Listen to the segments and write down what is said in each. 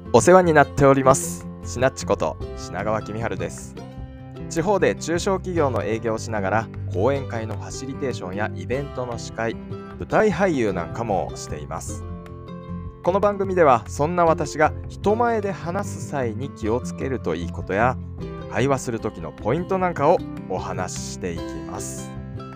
お世話になっております。しなっちこと品川公春です。地方で中小企業の営業をしながら講演会のファシリテーションやイベントの司会、舞台俳優なんかもしています。この番組ではそんな私が人前で話す際に気をつけるといいことや会話する時のポイントなんかをお話ししていきます。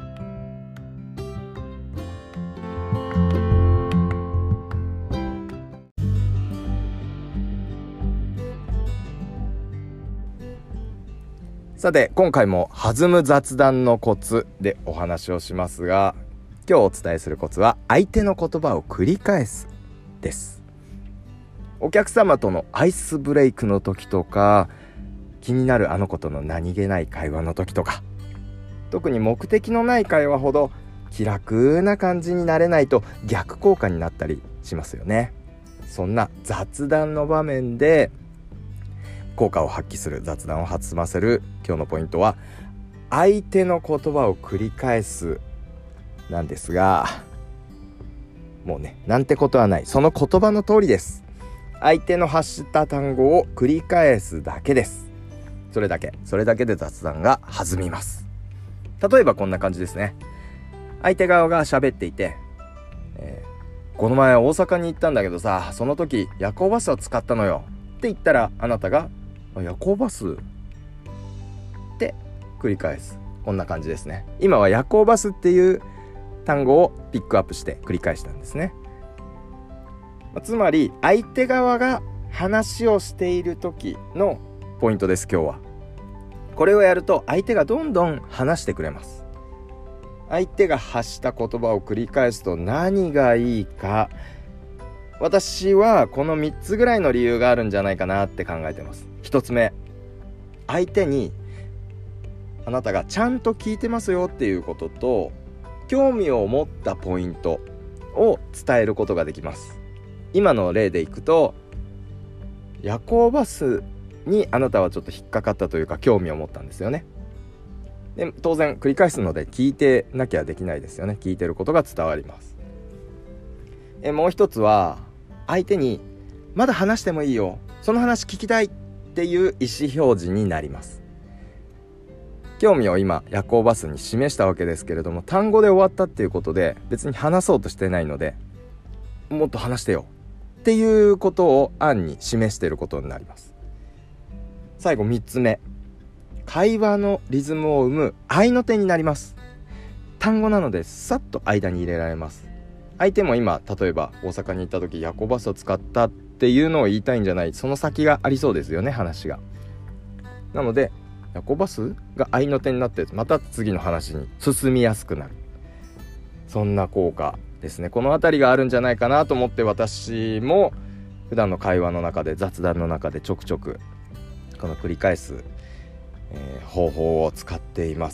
さて今回も弾む雑談のコツでお話をしますが、今日お伝えするコツは相手の言葉を繰り返すです。お客様とのアイスブレイクの時とか、気になるあの子との何気ない会話の時とか、特に目的のない会話ほど気楽な感じになれないと逆効果になったりしますよね。そんな雑談の場面で効果を発揮する、雑談を弾ませる今日のポイントは相手の言葉を繰り返すなんですが、もうね、なんてことはない、その言葉の通りです。相手の発した単語を繰り返すだけです。それだけで雑談が弾みます。例えばこんな感じですね。相手側が喋っていて、この前大阪に行ったんだけどさ、その時夜行バスを使ったのよって言ったら、あなたが夜行バスって繰り返す。こんな感じですね。今は夜行バスっていう単語をピックアップして繰り返したんですね。つまり相手側が話をしている時のポイントです。今日はこれをやると相手がどんどん話してくれます。相手が発した言葉を繰り返すと何がいいか、私はこの3つぐらいの理由があるんじゃないかなって考えてます。1つ目、相手にあなたがちゃんと聞いてますよっていうことと、興味を持ったポイントを伝えることができます。今の例でいくと、夜行バスにあなたはちょっと引っかかったというか興味を持ったんですよね。で当然繰り返すので聞いてなきゃできないですよね。聞いてることが伝わります。もう一つは、相手にまだ話してもいいよ、その話聞きたいっていう意思表示になります。興味を今夜行バスに示したわけですけれども、単語で終わったっていうことで別に話そうとしてないので、もっと話してよっていうことを暗に示していることになります。最後3つ目、会話のリズムを生む合いの手になります。単語なのでさっと間に入れられます。相手も今例えば大阪に行った時夜行バスを使ったっていうのを言いたいんじゃない、その先がありそうですよね、話が。なので夜行バスが合いの手になって、また次の話に進みやすくなる、そんな効果ですね。このあたりがあるんじゃないかなと思って、私も普段の会話の中で、雑談の中でちょくちょくこの繰り返す、方法を使っています。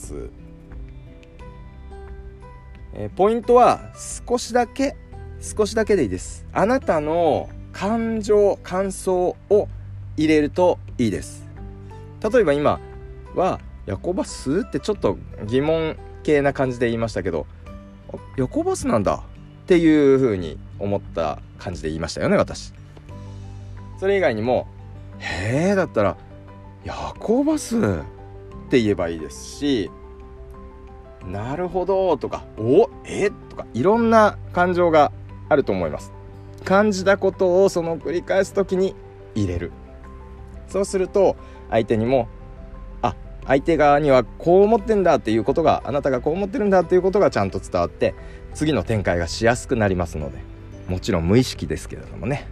ポイントは少しだけでいいです。あなたの感情、感想を入れるといいです。例えば今は夜行バスってちょっと疑問系な感じで言いましたけど、夜行バスなんだっていう風に思った感じで言いましたよね、私。それ以外にも、へーだったら夜行バスって言えばいいですし、なるほどとか、とか、いろんな感情があると思います。感じたことをその繰り返すときに入れる。そうすると相手にも、相手側にはこう思ってんだっていうことが、あなたがこう思ってるんだっていうことがちゃんと伝わって、次の展開がしやすくなりますので、もちろん無意識ですけれどもね。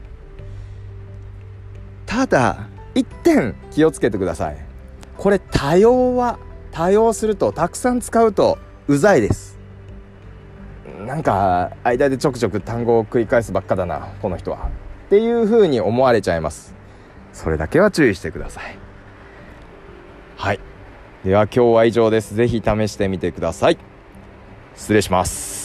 ただ一点気をつけてください。これ多用すると、たくさん使うとうざいです。なんか間でちょくちょく単語を繰り返すばっかだなこの人はっていう風に思われちゃいます。それだけは注意してください。はい、では今日は以上です。ぜひ試してみてください。失礼します。